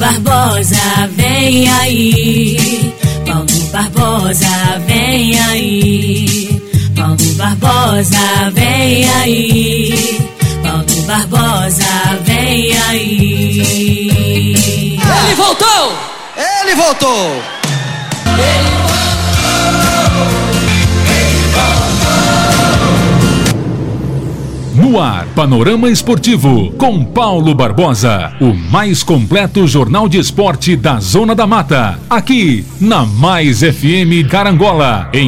Barbosa, vem aí. Paulo Barbosa, vem aí. Paulo Barbosa, vem aí. Paulo Barbosa, vem aí. Ele voltou! Ele voltou! No ar, Panorama Esportivo, com Paulo Barbosa, o mais completo jornal de esporte da Zona da Mata, aqui na Mais FM Carangola, em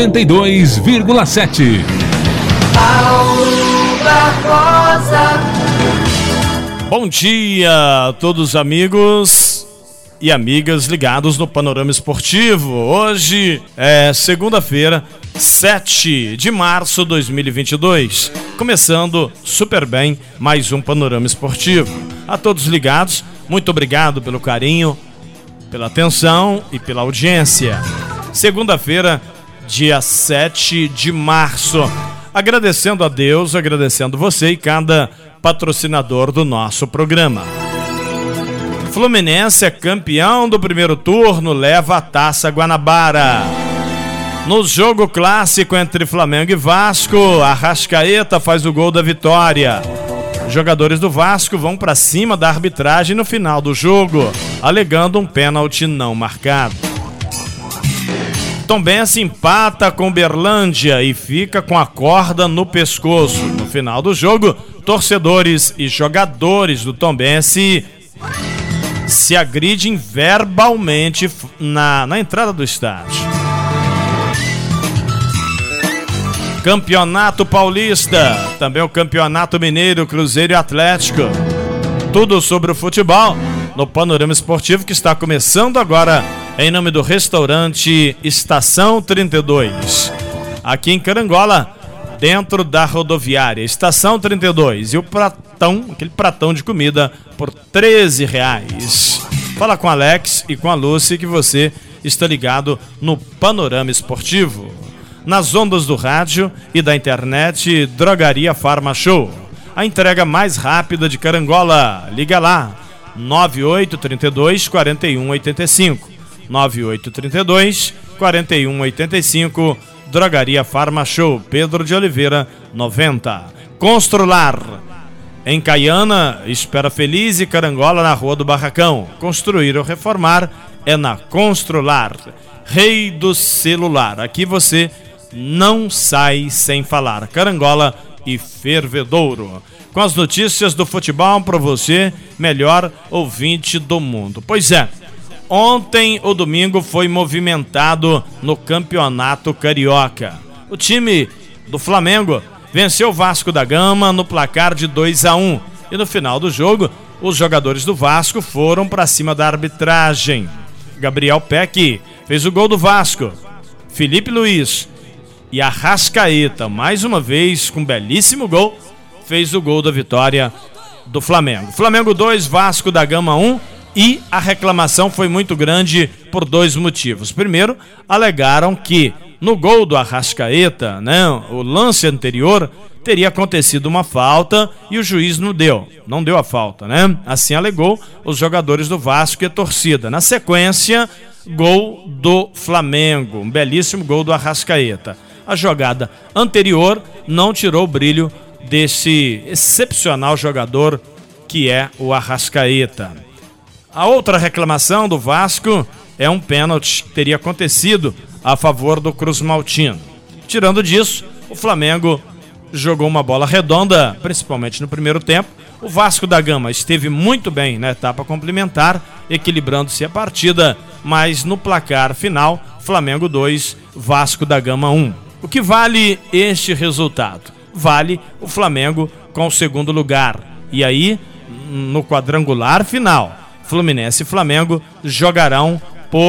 92,7. Paulo Barbosa. Bom dia a todos os amigos e amigas ligados no Panorama Esportivo. Hoje é segunda-feira, 7 de março de 2022. Começando super bem mais um Panorama Esportivo. A todos ligados, muito obrigado pelo carinho, pela atenção e pela audiência. Segunda-feira, dia 7 de março. Agradecendo a Deus, agradecendo você e cada patrocinador do nosso programa. Fluminense é campeão do primeiro turno, leva a Taça Guanabara. No jogo clássico entre Flamengo e Vasco, Arrascaeta faz o gol da vitória. Os jogadores do Vasco vão para cima da arbitragem no final do jogo, alegando um pênalti não marcado. Tombense empata com Uberlândia e fica com a corda no pescoço. No final do jogo, torcedores e jogadores do Tombense se agridem verbalmente na entrada do estádio. Campeonato Paulista, também o Campeonato Mineiro, Cruzeiro e Atlético. Tudo sobre o futebol no Panorama Esportivo, que está começando agora em nome do restaurante Estação 32. Aqui em Carangola, dentro da rodoviária Estação 32. E o pratão, aquele pratão de comida por R$13. Fala com Alex e com a Lúcia que você está ligado no Panorama Esportivo. Nas ondas do rádio e da internet, Drogaria Farma Show. A entrega mais rápida de Carangola. Liga lá, 9832-4185. 9832-4185. Drogaria Farma Show, Pedro de Oliveira, 90. Constrular. Em Caiana, Espera Feliz e Carangola, na Rua do Barracão. Construir ou reformar é na Constrular. Rei do celular. Aqui você não sai sem falar. Carangola e Fervedouro. Com as notícias do futebol para você, melhor ouvinte do mundo. Pois é, ontem o domingo foi movimentado no Campeonato Carioca. O time do Flamengo venceu o Vasco da Gama no placar de 2-1. E no final do jogo, os jogadores do Vasco foram para cima da arbitragem. Gabriel Peck fez o gol do Vasco. Felipe Luiz e Arrascaeta, mais uma vez, com um belíssimo gol, fez o gol da vitória do Flamengo. Flamengo 2, Vasco da Gama 1. E a reclamação foi muito grande por dois motivos. Primeiro, alegaram que no gol do Arrascaeta, o lance anterior, teria acontecido uma falta e o juiz não deu a falta, Assim alegou os jogadores do Vasco e a torcida. Na sequência, gol do Flamengo, um belíssimo gol do Arrascaeta. A jogada anterior não tirou o brilho desse excepcional jogador que é o Arrascaeta. A outra reclamação do Vasco é um pênalti que teria acontecido a favor do Cruz Maltino. Tirando disso, o Flamengo jogou uma bola redonda, principalmente no primeiro tempo. O Vasco da Gama esteve muito bem na etapa complementar, equilibrando-se a partida, mas no placar final, Flamengo 2, Vasco da Gama 1. O que vale este resultado? Vale o Flamengo com o segundo lugar. E aí, no quadrangular final, Fluminense e Flamengo jogarão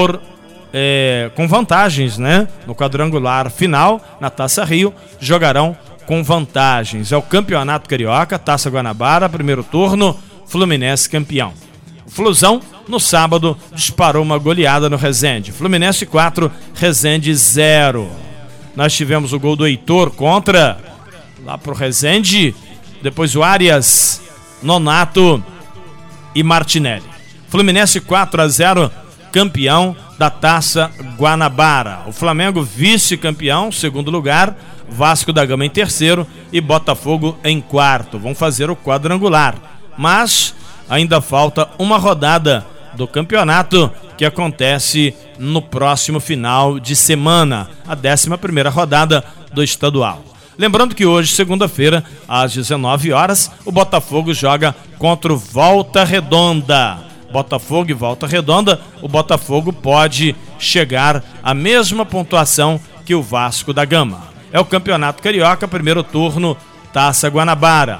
com vantagens, No quadrangular final, na Taça Rio, jogarão com vantagens. É o Campeonato Carioca, Taça Guanabara, primeiro turno, Fluminense campeão. O Flusão, no sábado, disparou uma goleada no Resende. Fluminense 4, Resende 0. Nós tivemos o gol do Heitor contra, lá pro Resende, depois o Arias, Nonato e Martinelli. Fluminense 4-0, campeão da Taça Guanabara. O Flamengo vice-campeão, segundo lugar, Vasco da Gama em terceiro e Botafogo em quarto. Vão fazer o quadrangular, mas ainda falta uma rodada do campeonato que acontece no próximo final de semana, a 11ª rodada do estadual. Lembrando que hoje, segunda-feira, às 19 horas, o Botafogo joga contra o Volta Redonda. Botafogo e Volta Redonda, o Botafogo pode chegar à mesma pontuação que o Vasco da Gama. É o Campeonato Carioca, primeiro turno, Taça Guanabara.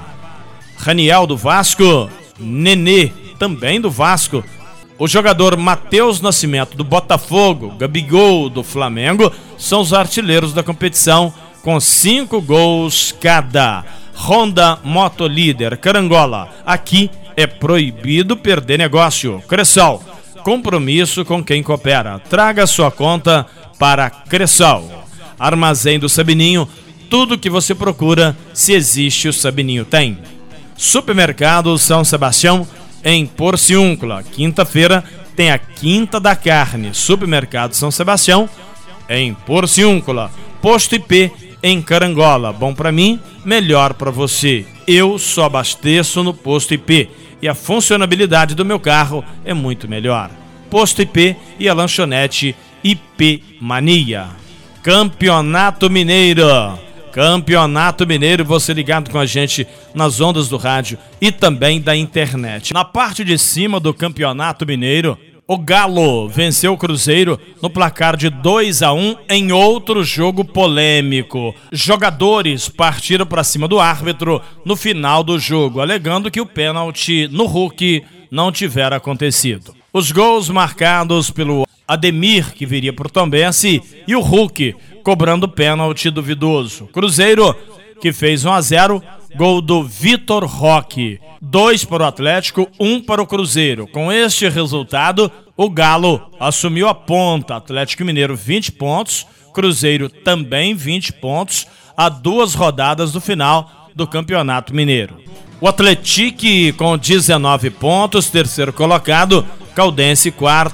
Raniel do Vasco, Nenê também do Vasco, o jogador Matheus Nascimento do Botafogo, Gabigol do Flamengo, são os artilheiros da competição com 5 gols cada. Honda Motolíder Carangola, aqui é proibido perder negócio. Cressol, compromisso com quem coopera. Traga sua conta para Cressol. Armazém do Sabininho, tudo que você procura, se existe o Sabininho tem. Supermercado São Sebastião, em Porciúncula. Quinta-feira tem a Quinta da Carne. Supermercado São Sebastião, em Porciúncula. Posto IP em Carangola. Bom para mim, melhor para você. Eu só abasteço no Posto IP e a funcionabilidade do meu carro é muito melhor. Posto IP e a lanchonete IP Mania. Campeonato Mineiro. Campeonato Mineiro, você ligado com a gente nas ondas do rádio e também da internet. Na parte de cima do Campeonato Mineiro, o Galo venceu o Cruzeiro no placar de 2-1 em outro jogo polêmico. Jogadores partiram para cima do árbitro no final do jogo, alegando que o pênalti no Hulk não tivera acontecido. Os gols marcados pelo Ademir, que viria por Tombense, e o Hulk cobrando pênalti duvidoso. Cruzeiro, que fez 1-0, gol do Vitor Roque. 2 para o Atlético, 1 para o Cruzeiro. Com este resultado, o Galo assumiu a ponta. Atlético Mineiro 20 pontos, Cruzeiro também 20 pontos, a 2 rodadas do final do Campeonato Mineiro. O Atlético com 19 pontos, terceiro colocado, Caldense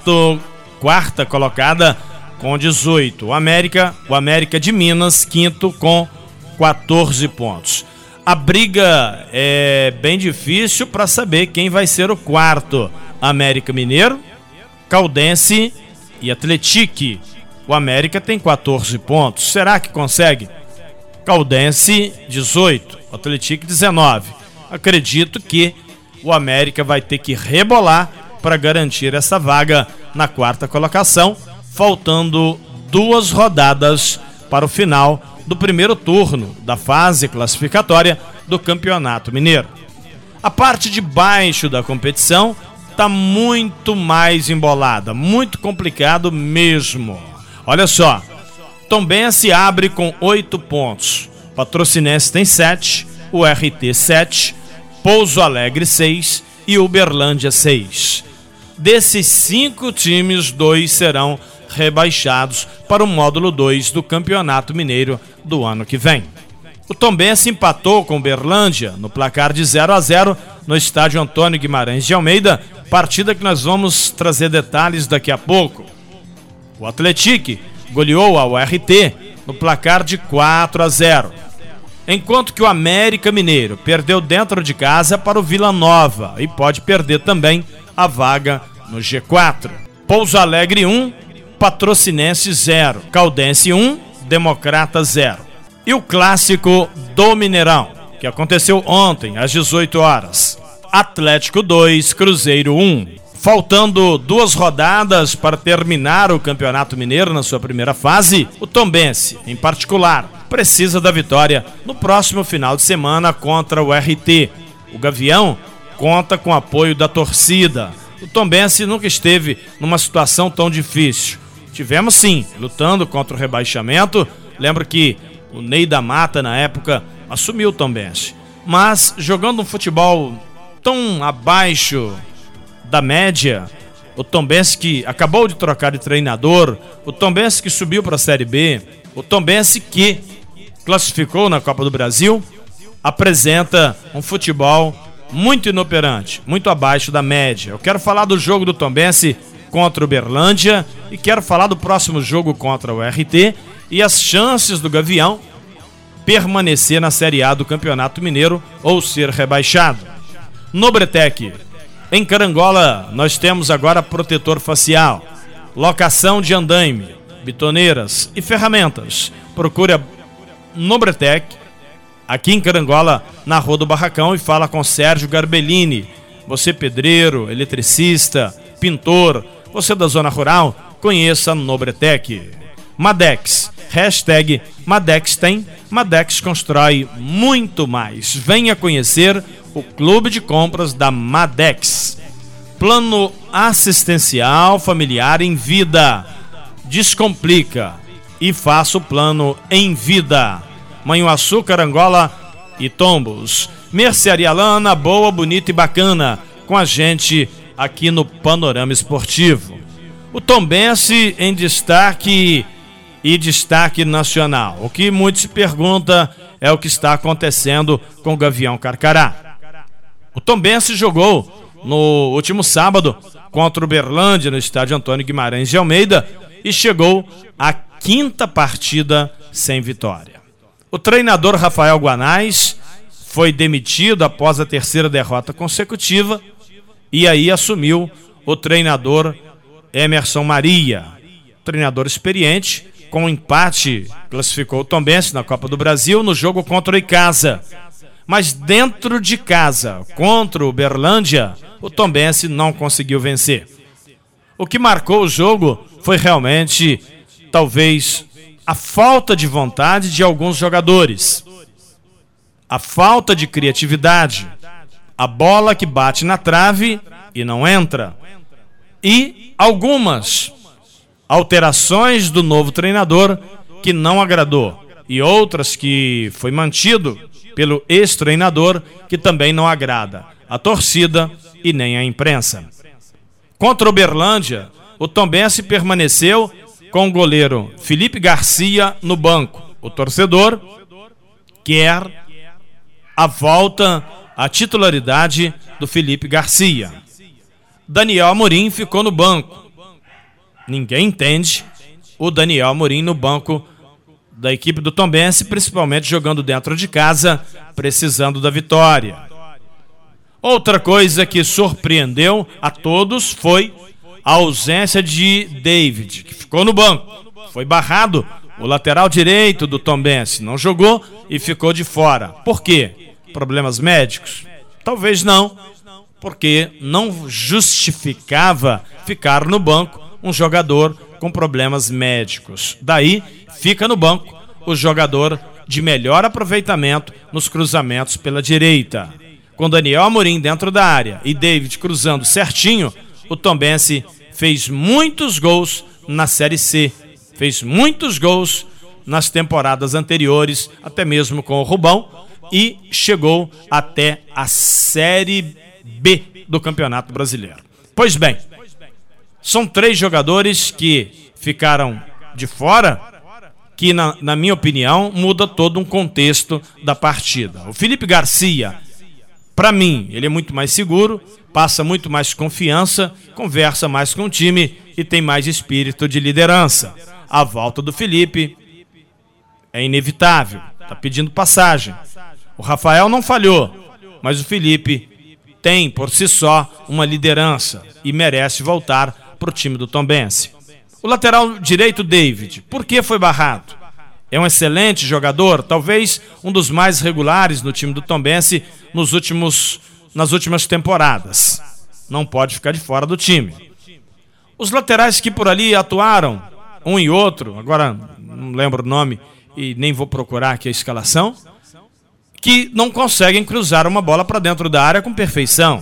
quarta colocada com 18. O América de Minas, quinto com 14 pontos. A briga é bem difícil para saber quem vai ser o quarto. América Mineiro, Caldense e Atlético. O América tem 14 pontos. Será que consegue? Caldense, 18. Atlético, 19. Acredito que o América vai ter que rebolar para garantir essa vaga na quarta colocação, faltando 2 rodadas para o final do primeiro turno da fase classificatória do Campeonato Mineiro. A parte de baixo da competição está muito mais embolada, muito complicado mesmo. Olha só, Tombense abre com 8 pontos, Patrocinense tem 7, o RT 7, Pouso Alegre 6 e Uberlândia 6. Desses 5 times, 2 serão rebaixados para o módulo 2 do Campeonato Mineiro do ano que vem. O Tombense empatou com Uberlândia no placar de 0-0 no estádio Antônio Guimarães de Almeida, partida que nós vamos trazer detalhes daqui a pouco. O Atlético goleou ao RT no placar de 4-0, enquanto que o América Mineiro perdeu dentro de casa para o Vila Nova e pode perder também a vaga no G4. Pouso Alegre 1, Patrocinense 0, Caldense 1, Democrata 0. E o clássico do Mineirão, que aconteceu ontem às 18 horas. Atlético 2, Cruzeiro 1. Faltando 2 rodadas para terminar o Campeonato Mineiro na sua primeira fase, o Tombense, em particular, precisa da vitória no próximo final de semana contra o RT. O Gavião conta com o apoio da torcida. O Tombense nunca esteve numa situação tão difícil. Tivemos sim, lutando contra o rebaixamento. Lembro que o Ney da Mata, na época, assumiu o Tombense. Mas jogando um futebol tão abaixo da média, o Tombense que acabou de trocar de treinador, o Tombense que subiu para a Série B, o Tombense que classificou na Copa do Brasil, apresenta um futebol muito inoperante, muito abaixo da média. Eu quero falar do jogo do Tombense contra o Uberlândia e quero falar do próximo jogo contra o RT e as chances do Gavião permanecer na Série A do Campeonato Mineiro ou ser rebaixado. Nobretec. Em Carangola, nós temos agora protetor facial, locação de andaime, bitoneiras e ferramentas. Procure a Nobretec aqui em Carangola, na Rua do Barracão, e fala com Sérgio Garbellini. Você pedreiro, eletricista, pintor, você da zona rural, conheça a Nobretec. Madex, hashtag Madex tem, Madex constrói muito mais. Venha conhecer o Clube de Compras da Madex. Plano assistencial familiar em vida. Descomplica e faça o plano em vida. Manhuaçu, Carangola e Tombos. Mercearia Lana, boa, bonita e bacana, com a gente aqui no Panorama Esportivo. O Tombense em destaque e destaque nacional. O que muito se pergunta é o que está acontecendo com o Gavião Carcará. O Tombense jogou no último sábado contra o Uberlândia no estádio Antônio Guimarães de Almeida e chegou à 5ª partida sem vitória. O treinador Rafael Guanais foi demitido após a 3ª derrota consecutiva e aí assumiu o treinador Emerson Maria, treinador experiente. Com um empate, classificou o Tombense na Copa do Brasil no jogo contra o Icasa. Mas dentro de casa, contra o Uberlândia, o Tombense não conseguiu vencer. O que marcou o jogo foi realmente, talvez, a falta de vontade de alguns jogadores, a falta de criatividade, a bola que bate na trave e não entra, e algumas alterações do novo treinador que não agradou, e outras que foi mantido pelo ex-treinador que também não agrada a torcida e nem a imprensa. Contra o Uberlândia, o Tombense permaneceu com o goleiro Felipe Garcia no banco. O torcedor quer a volta à titularidade do Felipe Garcia. Daniel Amorim ficou no banco. Ninguém entende o Daniel Amorim no banco da equipe do Tombense, principalmente jogando dentro de casa, precisando da vitória. Outra coisa que surpreendeu a todos foi a ausência de David, que ficou no banco. Foi barrado, o lateral direito do Tombense não jogou e ficou de fora. Por quê? Problemas médicos? Talvez não, porque não justificava ficar no banco um jogador com problemas médicos. Daí fica no banco o jogador de melhor aproveitamento nos cruzamentos pela direita. Com Daniel Amorim dentro da área e David cruzando certinho, o Tombense fez muitos gols na Série C, fez muitos gols nas temporadas anteriores, até mesmo com o Rubão, e chegou até a Série B do Campeonato Brasileiro. Pois bem, são 3 jogadores que ficaram de fora, que na minha opinião muda todo um contexto da partida. O Felipe Garcia, para mim, ele é muito mais seguro, passa muito mais confiança, conversa mais com o time e tem mais espírito de liderança. A volta do Felipe é inevitável, está pedindo passagem. O Rafael não falhou, mas o Felipe tem por si só uma liderança e merece voltar para o time do Tombense. O lateral direito, David, por que foi barrado? É um excelente jogador, talvez um dos mais regulares no time do Tombense nas últimas temporadas. Não pode ficar de fora do time. Os laterais que por ali atuaram, um e outro, agora não lembro o nome e nem vou procurar aqui a escalação, que não conseguem cruzar uma bola para dentro da área com perfeição.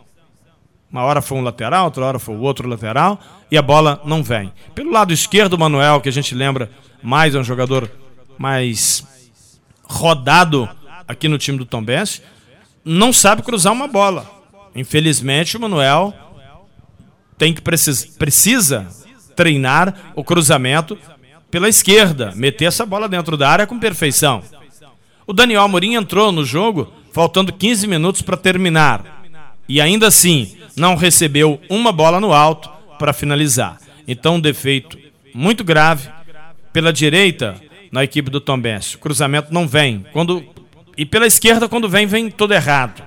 Uma hora foi um lateral, outra hora foi o outro lateral e a bola não vem. Pelo lado esquerdo, o Manuel, que a gente lembra mais, é um jogador mais rodado aqui no time do Tombense, não sabe cruzar uma bola. Infelizmente, o Manuel precisa treinar o cruzamento pela esquerda, meter essa bola dentro da área com perfeição. O Daniel Amorim entrou no jogo faltando 15 minutos para terminar. E ainda assim, não recebeu uma bola no alto para finalizar. Então, um defeito muito grave pela direita na equipe do Tombense. O cruzamento não vem. E pela esquerda, quando vem todo errado.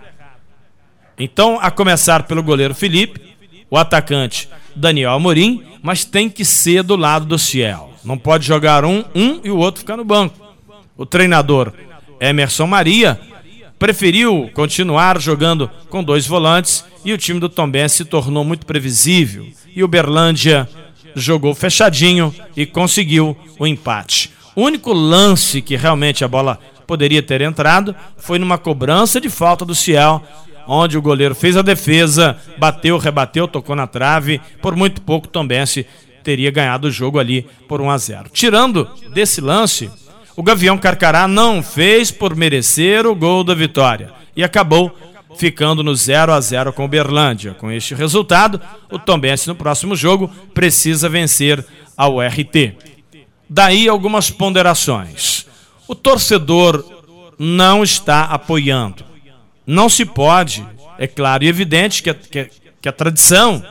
Então, a começar pelo goleiro Felipe, o atacante Daniel Amorim, mas tem que ser do lado do Ciel. Não pode jogar um e o outro ficar no banco. O treinador Emerson Maria preferiu continuar jogando com 2 volantes e o time do Tombense se tornou muito previsível. E o Uberlândia jogou fechadinho e conseguiu o empate. O único lance que realmente a bola poderia ter entrado foi numa cobrança de falta do Ciel, onde o goleiro fez a defesa, bateu, rebateu, tocou na trave. Por muito pouco o Tombense teria ganhado o jogo ali por 1-0. Tirando desse lance, o Gavião Carcará não fez por merecer o gol da vitória e acabou ficando no 0-0 com o Uberlândia. Com este resultado, o Tombense no próximo jogo precisa vencer a URT. Daí algumas ponderações. O torcedor não está apoiando. Não se pode, é claro e evidente que a tradição,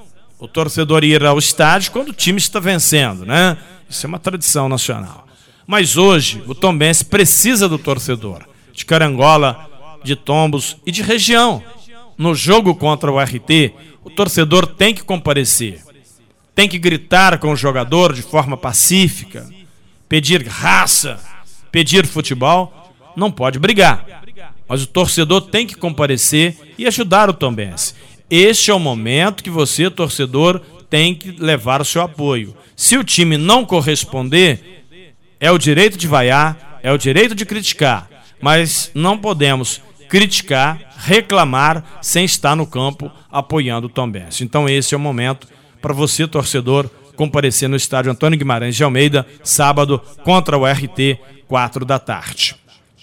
o torcedor ir ao estádio quando o time está vencendo, né? Isso é uma tradição nacional. Mas hoje o Tombense precisa do torcedor, de Carangola, de Tombos e de região. No jogo contra o RT, o torcedor tem que comparecer, tem que gritar com o jogador de forma pacífica, pedir raça, pedir futebol, não pode brigar. Mas o torcedor tem que comparecer e ajudar o Tombense. Este é o momento que você, torcedor, tem que levar o seu apoio. Se o time não corresponder, é o direito de vaiar, é o direito de criticar, mas não podemos criticar, reclamar, sem estar no campo apoiando o Tombense. Então esse é o momento para você, torcedor, comparecer no estádio Antônio Guimarães de Almeida, sábado, contra o RT, 4 da tarde.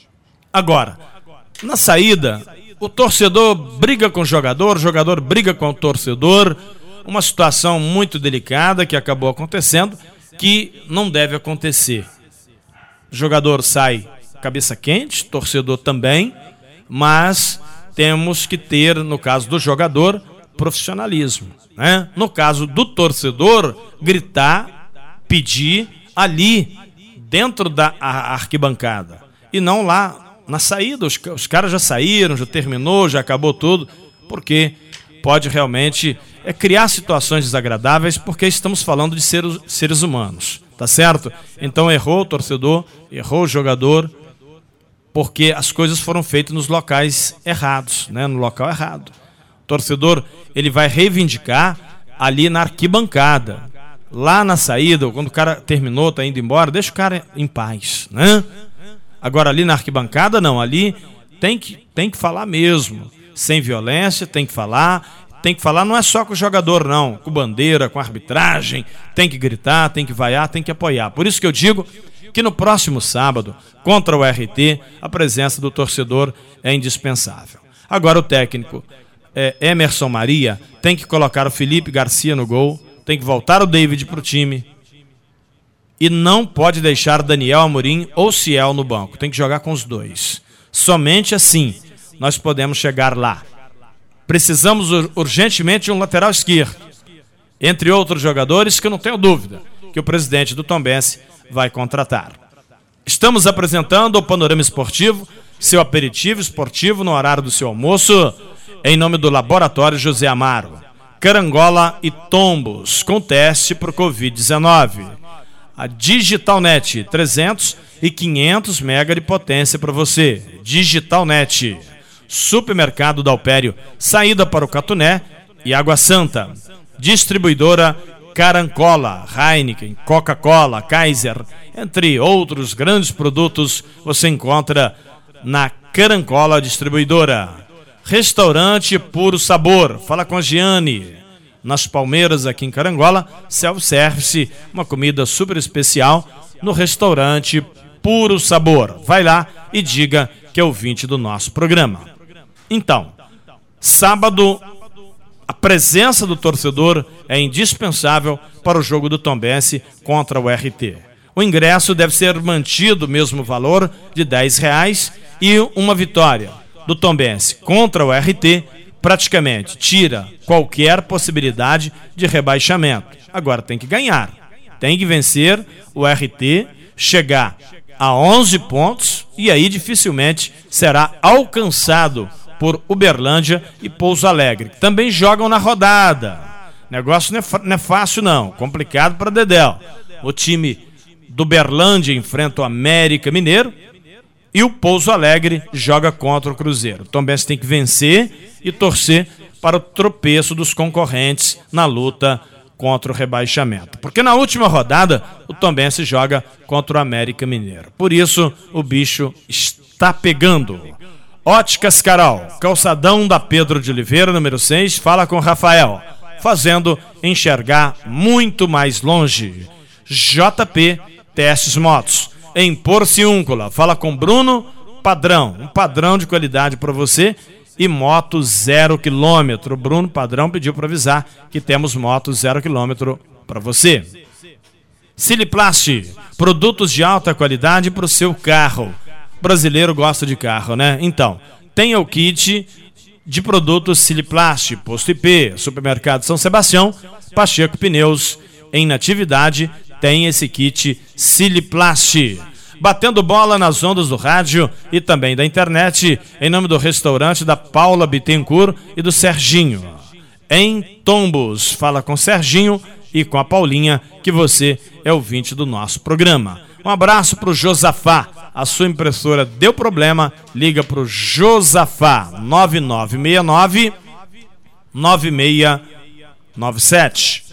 Agora, na saída, o torcedor briga com o jogador briga com o torcedor, uma situação muito delicada que acabou acontecendo, que não deve acontecer. O jogador sai cabeça quente, torcedor também, mas temos que ter, no caso do jogador, profissionalismo, né? No caso do torcedor, gritar, pedir ali dentro da arquibancada e não lá na saída. Os caras já saíram, já terminou, já acabou tudo, porque pode realmente criar situações desagradáveis, porque estamos falando de seres humanos, tá certo? Então errou o torcedor, errou o jogador, porque as coisas foram feitas nos locais errados, né? No local errado. O torcedor, ele vai reivindicar ali na arquibancada. Lá na saída, quando o cara terminou, está indo embora, deixa o cara em paz, né? Agora ali na arquibancada não, ali tem que falar mesmo, sem violência, tem que falar não é só com o jogador não, com bandeira, com arbitragem, tem que gritar, tem que vaiar, tem que apoiar. Por isso que eu digo que no próximo sábado, contra o RT, a presença do torcedor é indispensável. Agora o técnico Emerson Maria tem que colocar o Felipe Garcia no gol, tem que voltar o David para o time e não pode deixar Daniel Amorim ou Ciel no banco. Tem que jogar com os dois. Somente assim nós podemos chegar lá. Precisamos urgentemente de um lateral esquerdo, entre outros jogadores que eu não tenho dúvida que o presidente do Tombense vai contratar. Estamos apresentando o Panorama Esportivo, seu aperitivo esportivo no horário do seu almoço, em nome do Laboratório José Amaro, Carangola e Tombos, com teste para o Covid-19. A Digitalnet, 300 e 500 mega de potência para você. Digitalnet. Supermercado Dalpério, saída para o Catuné e Água Santa. Distribuidora Carancola, Heineken, Coca-Cola, Kaiser, entre outros grandes produtos, você encontra na Carancola Distribuidora. Restaurante Puro Sabor, fala com a Giane, nas Palmeiras aqui em Carangola, self-service, uma comida super especial no restaurante Puro Sabor. Vai lá e diga que é ouvinte do nosso programa. Então, sábado, a presença do torcedor é indispensável para o jogo do Tombense contra o RT. O ingresso deve ser mantido o mesmo valor de R$10 e uma vitória. do Tombense contra o RT praticamente tira qualquer possibilidade de rebaixamento. Agora tem que ganhar, tem que vencer o RT, chegar a 11 pontos e aí dificilmente será alcançado por Uberlândia e Pouso Alegre, que também jogam na rodada. Negócio não é fácil não, complicado para Dedéu. O time do Uberlândia enfrenta o América Mineiro e o Pouso Alegre joga contra o Cruzeiro. O Tombense tem que vencer e torcer para o tropeço dos concorrentes na luta contra o rebaixamento. Porque na última rodada o Tombense joga contra o América Mineiro. Por isso o bicho está pegando. Óticas Carol, calçadão da Pedro de Oliveira, número 6, fala com Rafael, fazendo enxergar muito mais longe. JP Testes Motos, em Porciúncula, fala com Bruno Padrão, um padrão de qualidade para você e moto 0 km. Bruno Padrão pediu para avisar que temos moto 0 km para você. Siliplast, produtos de alta qualidade para o seu carro. Brasileiro gosta de carro, né? Então, tenha o kit de produtos Siliplast, Posto IP, Supermercado São Sebastião, Pacheco Pneus, em Natividade, tem esse kit Siliplast. Batendo bola nas ondas do rádio e também da internet, em nome do restaurante da Paula Bittencourt e do Serginho. Em Tombos, fala com Serginho e com a Paulinha, que você é ouvinte do nosso programa. Um abraço para o Josafá. A sua impressora deu problema, liga para o Josafá 9969-9697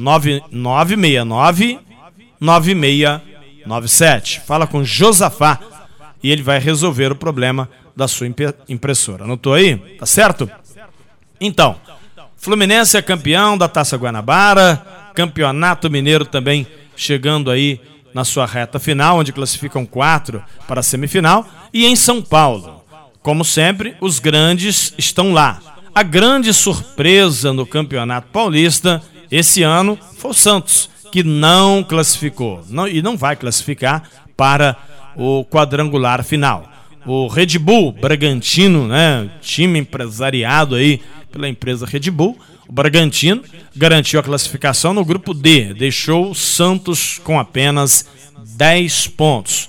9969-9697. Fala com Josafá e ele vai resolver o problema da sua impressora. Anotou aí? Tá certo? Então, Fluminense é campeão da Taça Guanabara, Campeonato Mineiro também chegando aí na sua reta final, onde classificam 4 para a semifinal, e em São Paulo. Como sempre, os grandes estão lá. A grande surpresa no Campeonato Paulista esse ano foi o Santos, que não classificou e não vai classificar para o quadrangular final. O Red Bull Bragantino, né, time empresariado aí pela empresa Red Bull, o Bragantino garantiu a classificação no grupo D, deixou o Santos com apenas 10 pontos.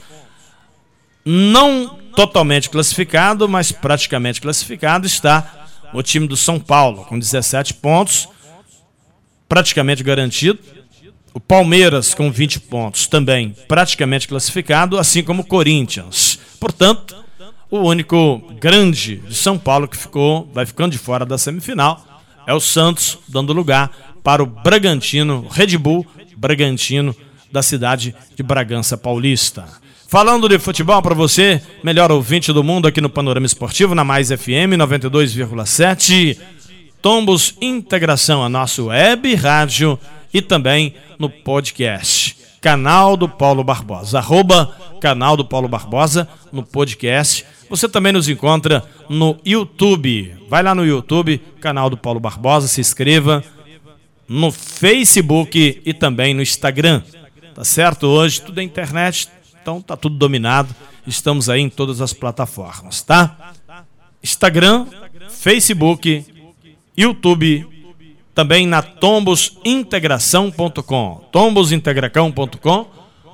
Não totalmente classificado, mas praticamente classificado está o time do São Paulo, com 17 pontos, praticamente garantido. O Palmeiras com 20 pontos, também praticamente classificado, assim como o Corinthians. Portanto, o único grande de São Paulo que vai ficando de fora da semifinal é o Santos, dando lugar para o Bragantino, Red Bull Bragantino, da cidade de Bragança Paulista. Falando de futebol para você, melhor ouvinte do mundo aqui no Panorama Esportivo, na Mais FM 92,7, Tombos Integração, a nossa web rádio e também no podcast. Canal do Paulo Barbosa, @canal do Paulo Barbosa no podcast. Você também nos encontra no YouTube. Vai lá no YouTube, canal do Paulo Barbosa, se inscreva. No Facebook e também no Instagram. Tá certo? Hoje tudo é internet, então tá tudo dominado. Estamos aí em todas as plataformas, tá? Instagram, Facebook, YouTube, também na tombosintegração.com. tombosintegracão.com,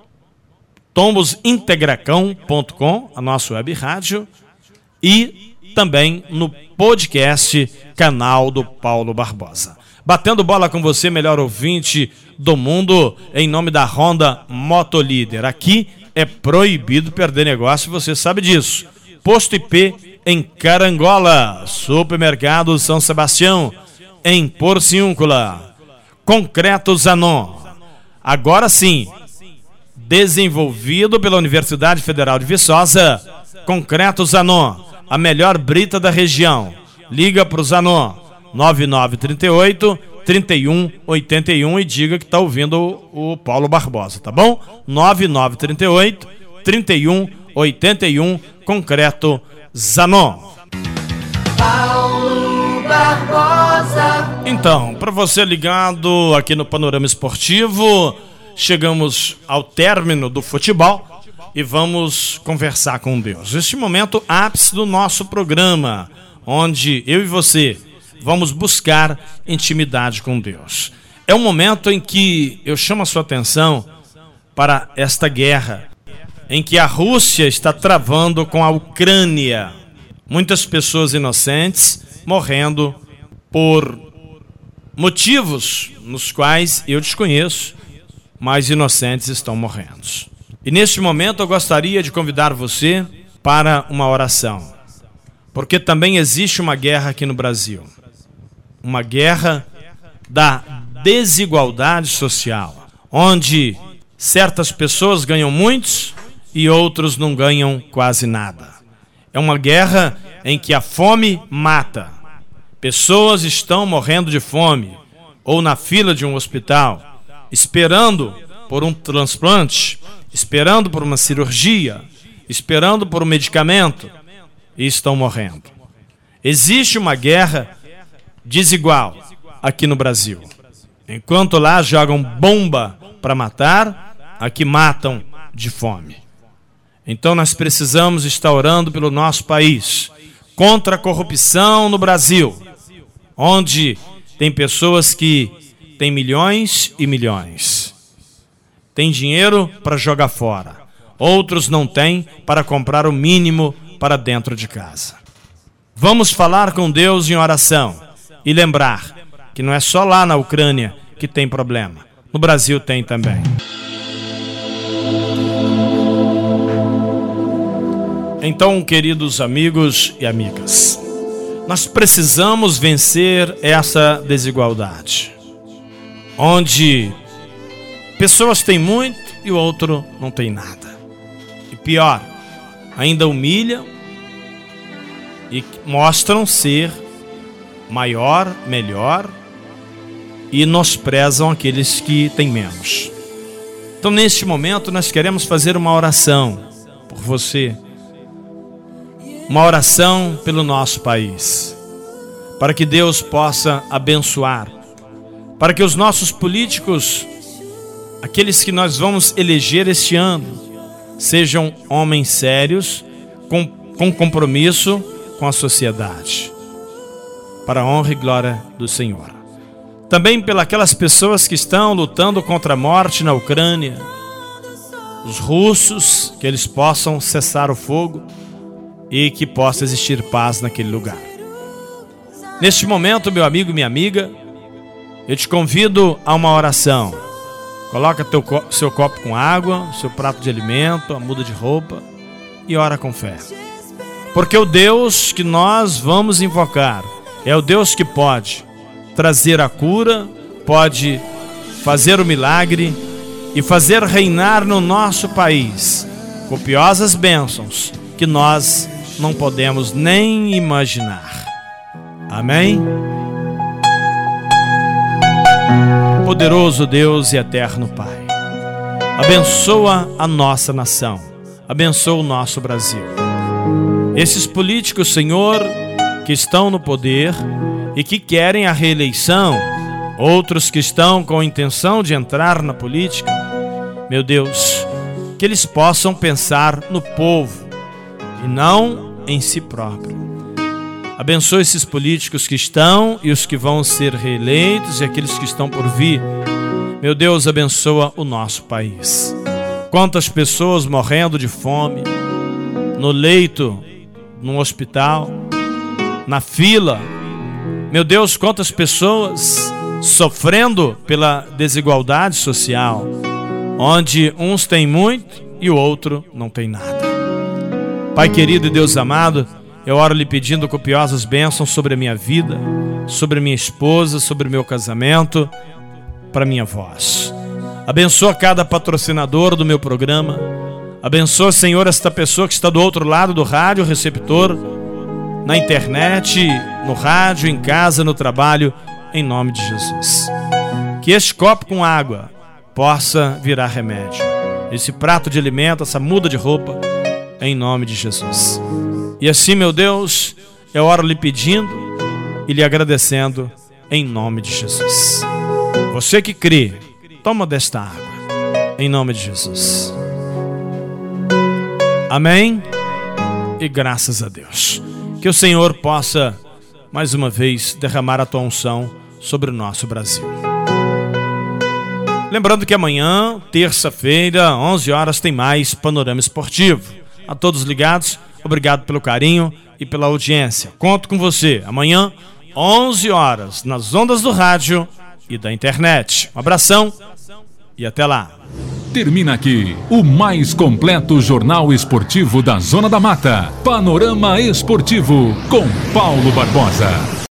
tombosintegracão.com, a nossa web rádio, e também no podcast Canal do Paulo Barbosa. Batendo bola com você, melhor ouvinte do mundo, em nome da Honda Motolíder. Aqui é proibido perder negócio, você sabe disso. Posto IP em Carangola, Supermercado São Sebastião, em Porciúncula. Concreto Zanon, agora sim, desenvolvido pela Universidade Federal de Viçosa. Concreto Zanon, a melhor brita da região. Liga para o Zanon 9938-3181 e diga que está ouvindo o Paulo Barbosa, tá bom? 9938-3181, Concreto Zanon. Paulo Barbosa. Então, para você ligado aqui no Panorama Esportivo, chegamos ao término do futebol. e vamos conversar com Deus. Este momento ápice do nosso programa, onde eu e você vamos buscar intimidade com Deus. É um momento em que eu chamo a sua atenção para esta guerra, em que a Rússia está travando com a Ucrânia. Muitas pessoas inocentes morrendo por motivos nos quais eu desconheço, mas inocentes estão morrendo. E neste momento eu gostaria de convidar você para uma oração, porque também existe uma guerra aqui no Brasil, uma guerra da desigualdade social, onde certas pessoas ganham muitos e outros não ganham quase nada. É uma guerra em que a fome mata. Pessoas estão morrendo de fome ou na fila de um hospital, esperando por um transplante, esperando por uma cirurgia, esperando por um medicamento, e estão morrendo. Existe uma guerra desigual aqui no Brasil. Enquanto lá jogam bomba para matar, aqui matam de fome. Então nós precisamos estar orando pelo nosso país, contra a corrupção no Brasil, onde tem pessoas que têm milhões e milhões. Tem dinheiro para jogar fora. Outros não têm para comprar o mínimo para dentro de casa. Vamos falar com Deus em oração e lembrar que não é só lá na Ucrânia que tem problema. No Brasil tem também. Então, queridos amigos e amigas, nós precisamos vencer essa desigualdade, onde pessoas têm muito e o outro não tem nada. E pior, ainda humilham e mostram ser maior, melhor, e menosprezam aqueles que têm menos. Então, neste momento, nós queremos fazer uma oração por você, uma oração pelo nosso país, para que Deus possa abençoar, para que os nossos políticos, aqueles que nós vamos eleger este ano, sejam homens sérios, com compromisso com a sociedade, para a honra e glória do Senhor. Também pelas pessoas que estão lutando contra a morte na Ucrânia, os russos, que eles possam cessar o fogo e que possa existir paz naquele lugar. Neste momento, meu amigo e minha amiga, eu te convido a uma oração. Coloca seu copo com água, seu prato de alimento, a muda de roupa e ora com fé. Porque o Deus que nós vamos invocar é o Deus que pode trazer a cura, pode fazer o milagre e fazer reinar no nosso país copiosas bênçãos que nós não podemos nem imaginar. Amém? Poderoso Deus e eterno Pai, abençoa a nossa nação, abençoa o nosso Brasil. Esses políticos, Senhor, que estão no poder e que querem a reeleição, outros que estão com a intenção de entrar na política, meu Deus, que eles possam pensar no povo e não em si próprio. Abençoe esses políticos que estão e os que vão ser reeleitos e aqueles que estão por vir. Meu Deus, abençoa o nosso país. Quantas pessoas morrendo de fome, no leito, no hospital, na fila. Meu Deus, quantas pessoas sofrendo pela desigualdade social, onde uns têm muito e o outro não tem nada. Pai querido e Deus amado, eu oro lhe pedindo copiosas bênçãos sobre a minha vida, sobre a minha esposa, sobre o meu casamento, para minha voz. Abençoa cada patrocinador do meu programa. Abençoa, Senhor, esta pessoa que está do outro lado do rádio, receptor, na internet, no rádio, em casa, no trabalho, em nome de Jesus. Que este copo com água possa virar remédio. Esse prato de alimento, essa muda de roupa, em nome de Jesus. E assim, meu Deus, eu oro lhe pedindo e lhe agradecendo em nome de Jesus. Você que crê, toma desta água, em nome de Jesus. Amém? E graças a Deus. Que o Senhor possa, mais uma vez, derramar a tua unção sobre o nosso Brasil. Lembrando que amanhã, terça-feira, 11 horas, tem mais Panorama Esportivo. A todos ligados, obrigado pelo carinho e pela audiência. Conto com você amanhã, 11 horas, nas ondas do rádio e da internet. Um abração e até lá. Termina aqui o mais completo jornal esportivo da Zona da Mata. Panorama Esportivo com Paulo Barbosa.